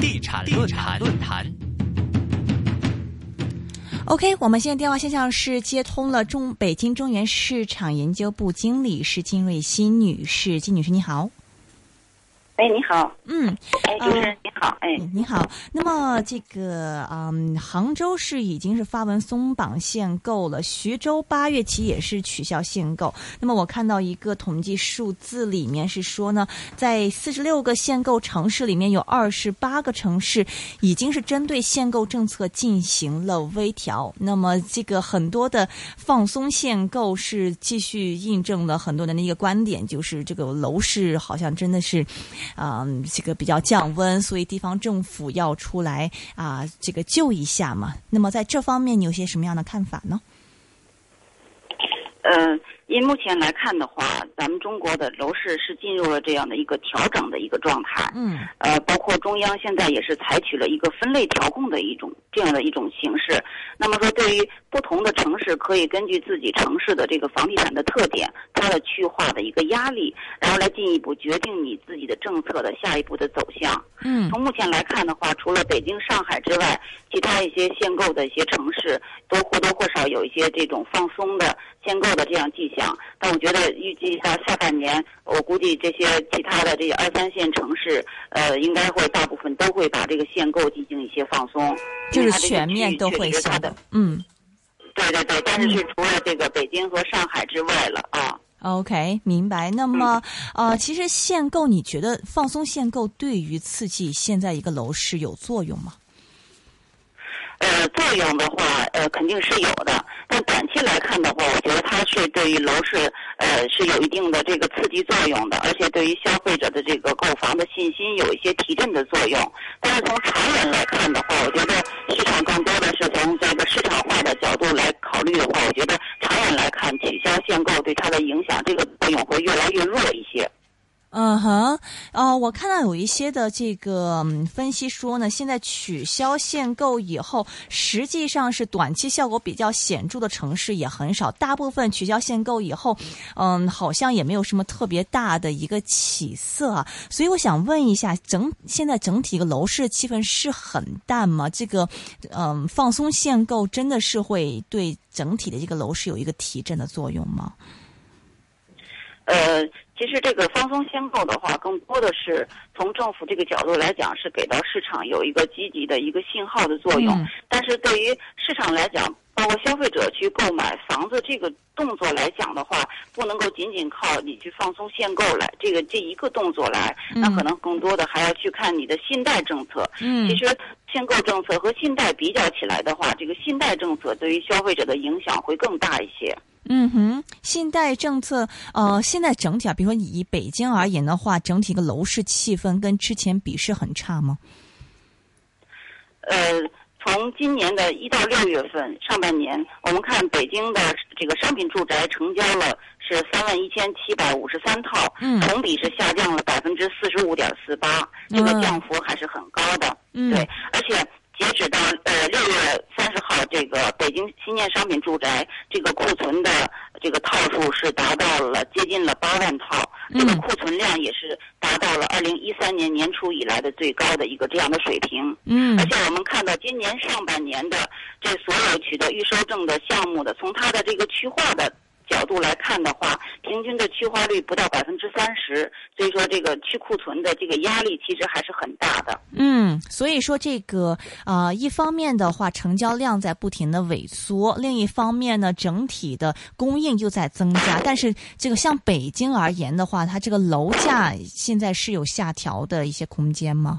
地产论坛。 OK， 我们现在电话线上是接通了北京中原市场研究部经理是金瑞希女士。金女士你好。 哎，你好。主持人你好。 你好。那么这个杭州市已经是发文松绑限购了，徐州8月起也是取消限购。那么我看到一个统计数字里面是说呢，在46个限购城市里面有28个城市已经是针对限购政策进行了微调。那么这个很多的放松限购是继续印证了很多人的一个观点，就是这个楼市好像真的是这个比较降温，所以地方政府要出来这个救一下嘛。那么在这方面你有些什么样的看法呢？ 因目前来看的话，咱们中国的楼市是进入了这样的一个调整的一个状态。包括中央现在也是采取了一个分类调控的这样的一种形式。那么说，对于不同的城市，可以根据自己城市的这个房地产的特点，它的区域化的一个压力，然后来进一步决定你自己的政策的下一步的走向。从目前来看的话，除了北京、上海之外，其他一些限购的一些城市都或多或少有一些这种放松的限购的这样迹象。但我觉得预计到下半年，我估计这些其他的这些2、3线城市，应该会大部分都会把这个限购进行一些放松， 就是全面都会限的。 对，但是除了这个北京和上海之外了啊。 OK， 明白。那么其实限购，你觉得放松限购对于刺激现在一个楼市有作用吗？ 作用的话，肯定是有的。但短期来看的话，我觉得它是对于楼市，是有一定的这个刺激作用的，而且对于消费者的这个购房的信心有一些提振的作用。但是从长远来看的话，我觉得市场更多的是从这个市场化的角度来考虑的话，我觉得长远来看，取消限购对它的影响，这个作用会越来越弱一些。 我看到有一些的这个分析说呢，现在取消限购以后，实际上是短期效果比较显著的城市也很少，大部分取消限购以后，好像也没有什么特别大的一个起色啊。所以我想问一下，现在整体一个楼市气氛是很淡吗？这个放松限购真的是会对整体的这个楼市有一个提振的作用吗？ 其实这个放松限购的话，更多的是从政府这个角度来讲，是给到市场有一个积极的一个信号的作用。但是对于市场来讲，包括消费者去购买房子这个动作来讲的话，不能够仅仅靠你去放松限购来这一个动作来，那可能更多的还要去看你的信贷政策。其实限购政策和信贷比较起来的话，这个信贷政策对于消费者的影响会更大一些。 信贷政策，现在整体比如说以北京而言的话，整体的楼市气氛跟之前比是很差吗？ 从今年的1到6月份上半年，我们看北京的这个商品住宅成交了是31753套，同比是下降了45.48%，这个降幅还是很高的。对，而且截止到6月30号，这个北京新建商品住宅这个库存的这个套数是达到了接近了8万套，这个库存量也是达到了2013年年初以来的最高的一个这样的水平。而且我们看到今年上半年的这所有取得预售证的项目的，从它的这个去化的角度来看的话，平均的去化率不到30%，所以说这个去库存的这个压力其实还是很大的。 所以说这个一方面的话，成交量在不停的萎缩，另一方面呢，整体的供应又在增加。但是这个像北京而言的话，它这个楼价现在是有下调的一些空间吗？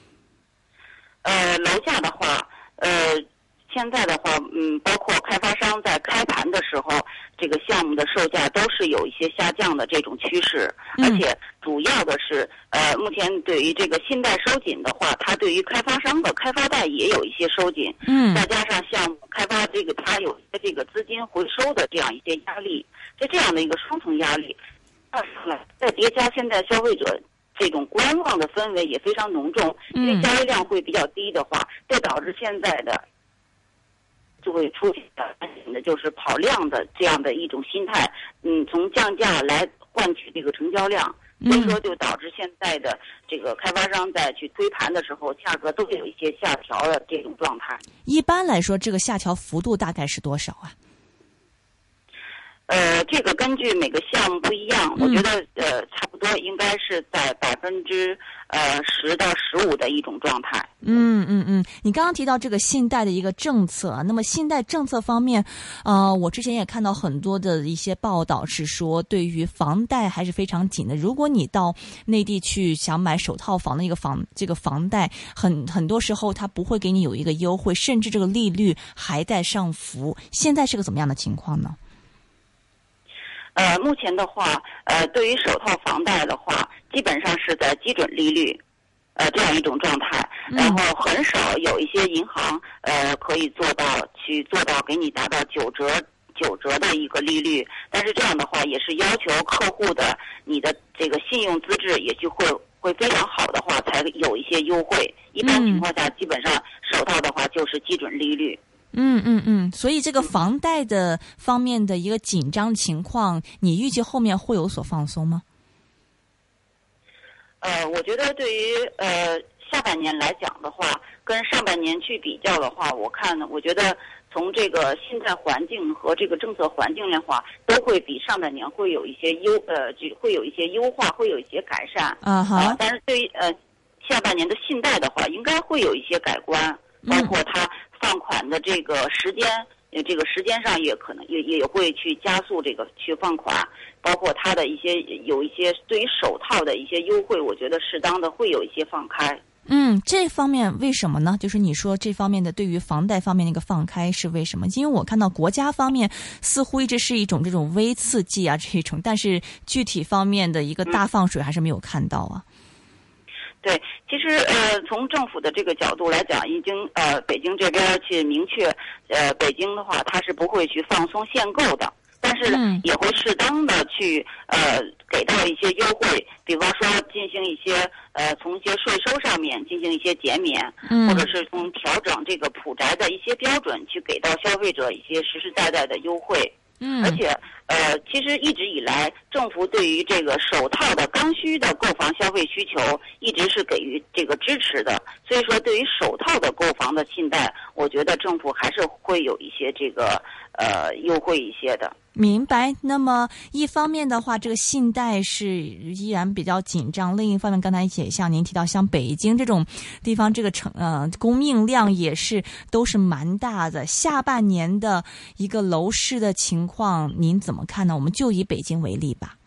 楼价的话，现在的话，包括开发商在开盘的时候，这个项目的售价都是有一些下降的这种趋势，而且主要的是，目前对于这个信贷收紧的话，它对于开发商的开发贷也有一些收紧，再加上项目开发这个它有一些这个资金回收的这样一些压力，这样的一个双重压力，再叠加现在消费者这种观望的氛围也非常浓重，因为交易量会比较低的话，这导致现在的就会出现的就是跑量的这样的一种心态，从降价来换取这个成交量， 所以说就导致现在的这个开发商在去推盘的时候，价格都有一些下调的这种状态。 一般来说，这个下调幅度大概是多少啊？ 这个根据每个项目不一样，我觉得差不多应该是在10%到15%的一种状态。 你刚刚提到这个信贷的一个政策，那么信贷政策方面，我之前也看到很多的一些报道是说，对于房贷还是非常紧的。如果你到内地去想买首套房的这个房贷，很多时候它不会给你有一个优惠，甚至这个利率还在上浮。现在是个怎么样的情况呢？ 目前的话，对于首套房贷的话，基本上是在基准利率，这样一种状态。然后很少有一些银行，可以做到给你达到9折的一个利率。但是这样的话，也是要求客户的你的这个信用资质也就会非常好的话，才有一些优惠。一般情况下，基本上首套的话就是基准利率。 所以这个房贷的方面的一个紧张情况，你预计后面会有所放松吗？ 我觉得对于下半年来讲的话，跟上半年去比较的话，我觉得从这个信贷环境和这个政策环境的话，都会比上半年会有一些会有一些优化，会有一些改善。但是对于下半年的信贷的话，应该会有一些改观，包括它放款的这个时间，这个时间上也可能也会去加速这个去放款，包括它的有一些对于首套的一些优惠，我觉得适当的会有一些放开。 这方面为什么呢？就是你说这方面的对于房贷方面那个放开是为什么？因为我看到国家方面似乎一直是一种这种微刺激啊这种，但是具体方面的一个大放水还是没有看到啊。 对，其实从政府的这个角度来讲，已经北京这边去明确，北京的话它是不会去放松限购的，但是也会适当的去给到一些优惠，比方说进行一些从一些税收上面进行一些减免，或者是从调整这个普宅的一些标准去给到消费者一些实实在在的优惠。而且其实一直以来，政府对于这个首套的刚需的购房消费需求一直是给予这个支持的，所以说对于首套的购房的信贷，我觉得政府还是会有一些这个优惠一些的。 明白。那么一方面的话，这个信贷是依然比较紧张，另一方面刚才也像您提到，像北京这种地方，这个供应量也是都是蛮大的。下半年的一个楼市的情况您怎么看呢？我们就以北京为例吧。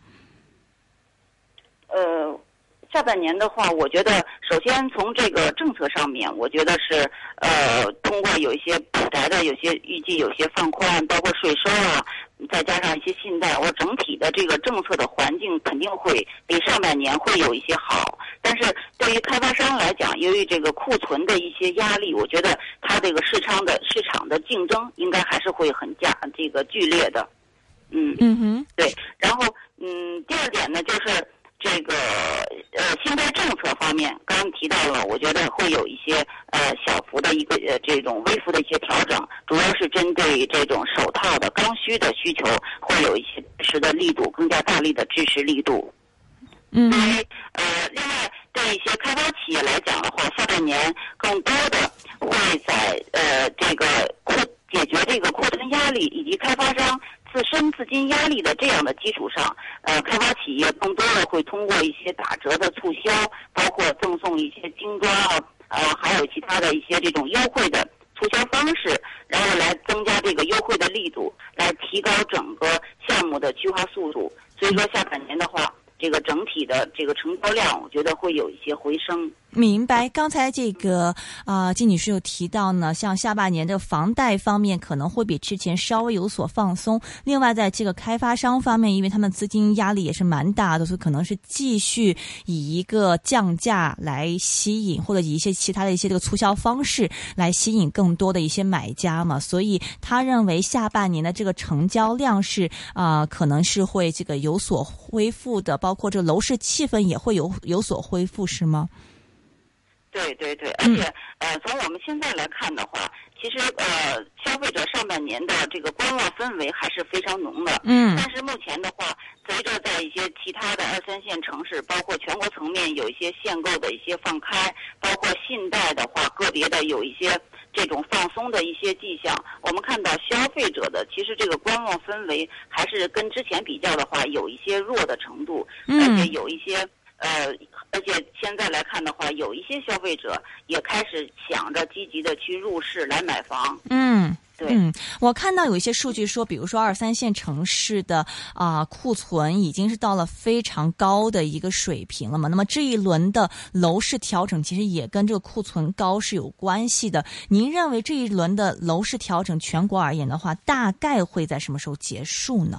下半年的话，我觉得首先从这个政策上面，我觉得是通过有一些普宅的预计有些放宽，包括税收啊，再加上一些信贷，我整体的这个政策的环境肯定会比上半年会有一些好。但是对于开发商来讲，由于这个库存的一些压力，我觉得它这个市场的竞争应该还是会很这个剧烈的。对。然后第二点呢，就是这个信贷政策方面，刚刚提到了，我觉得会有一些小幅的一个这种微幅的一些调整，主要是针对这种首套的刚需的需求，会有一些支持的力度，更加大力的支持力度。另外对一些开发企业来讲的话，下半年更多的会在这个解决这个库存压力以及开发商自身资金压力的这样的基础上，开发企业更多的会通过一些打折的促销，包括赠送一些精装还有其他的一些这种优惠的促销方式，然后来增加这个优惠的力度，来提高整个项目的区划速度。所以说下半年的话，这个整体的这个成交量，我觉得会有一些回升。 明白。刚才这个金女士有提到呢，像下半年这个房贷方面可能会比之前稍微有所放松。另外，在这个开发商方面，因为他们资金压力也是蛮大的，所以可能是继续以一个降价来吸引，或者以一些其他的一些这个促销方式来吸引更多的一些买家嘛。所以他认为下半年的这个成交量是可能是会这个有所恢复的，包括这个楼市气氛也会有所恢复，是吗？ 对对对，而且从我们现在来看的话，其实消费者上半年的这个观望氛围还是非常浓的。但是目前的话，随着在一些其他的2、3线城市，包括全国层面有一些限购的一些放开，包括信贷的话，个别的有一些这种放松的一些迹象。我们看到消费者的其实这个观望氛围还是跟之前比较的话，有一些弱的程度，而且有一些而且现在来看的话，有一些消费者也开始想着积极的去入市来买房。对， 我看到有一些数据说，比如说2、3线城市的库存已经是到了非常高的一个水平了嘛。那么这一轮的楼市调整其实也跟这个库存高是有关系的。您认为这一轮的楼市调整全国而言的话，大概会在什么时候结束呢？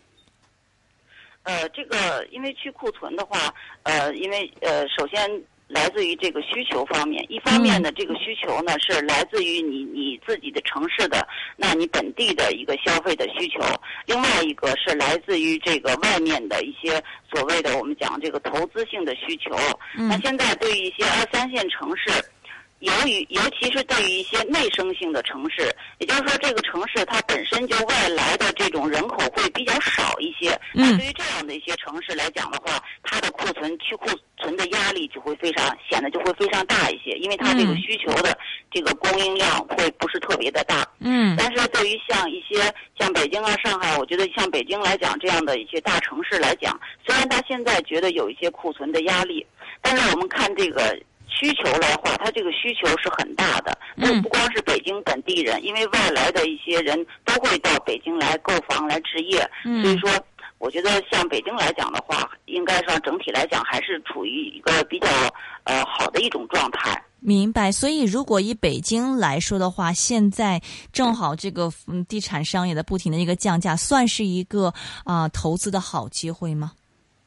这个因为去库存的话，因为首先来自于这个需求方面，一方面呢，这个需求呢是来自于你自己的城市的，那你本地的一个消费的需求；另外一个是来自于这个外面的一些所谓的我们讲这个投资性的需求。那现在对于一些2、3线城市，尤其是对于一些内生性的城市，也就是说这个城市它本身就外来的这种人口会比较少一些。那对于这样的一些城市来讲的话，它的去库存的压力就会显得非常大一些，因为它这个需求的这个供应量会不是特别的大。但是对于像北京啊、上海，我觉得像北京来讲这样的一些大城市来讲，虽然它现在觉得有一些库存的压力，但是我们看这个需求来话，它这个需求是很大的，不光是北京本地人，因为外来的一些人都会到北京来购房来置业，所以说我觉得像北京来讲的话，应该说整体来讲还是处于一个比较好的一种状态。 明白，所以如果以北京来说的话，现在正好这个地产商也在不停的一个降价，算是一个投资的好机会吗？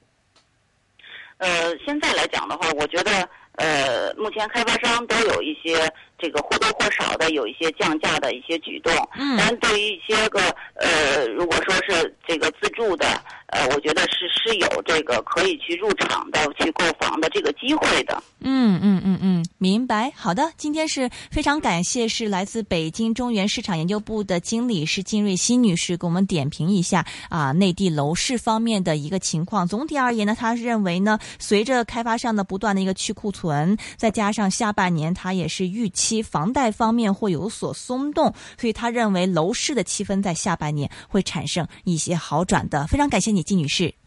现在来讲的话，我觉得目前开发商都有一些这个或多或少的有一些降价的一些举动，但对于一些个如果说是这个自住的，我觉得是有这个可以去入场的、去购房的这个机会的。 明白。好的，今天是非常感谢是来自北京中原市场研究部的经理是金瑞希女士，给我们点评一下内地楼市方面的一个情况。总体而言呢，她认为呢，随着开发商的不断的一个去库存，再加上下半年她也是预期房贷方面会有所松动，所以她认为楼市的气氛在下半年会产生一些好转的。非常感谢你，金女士。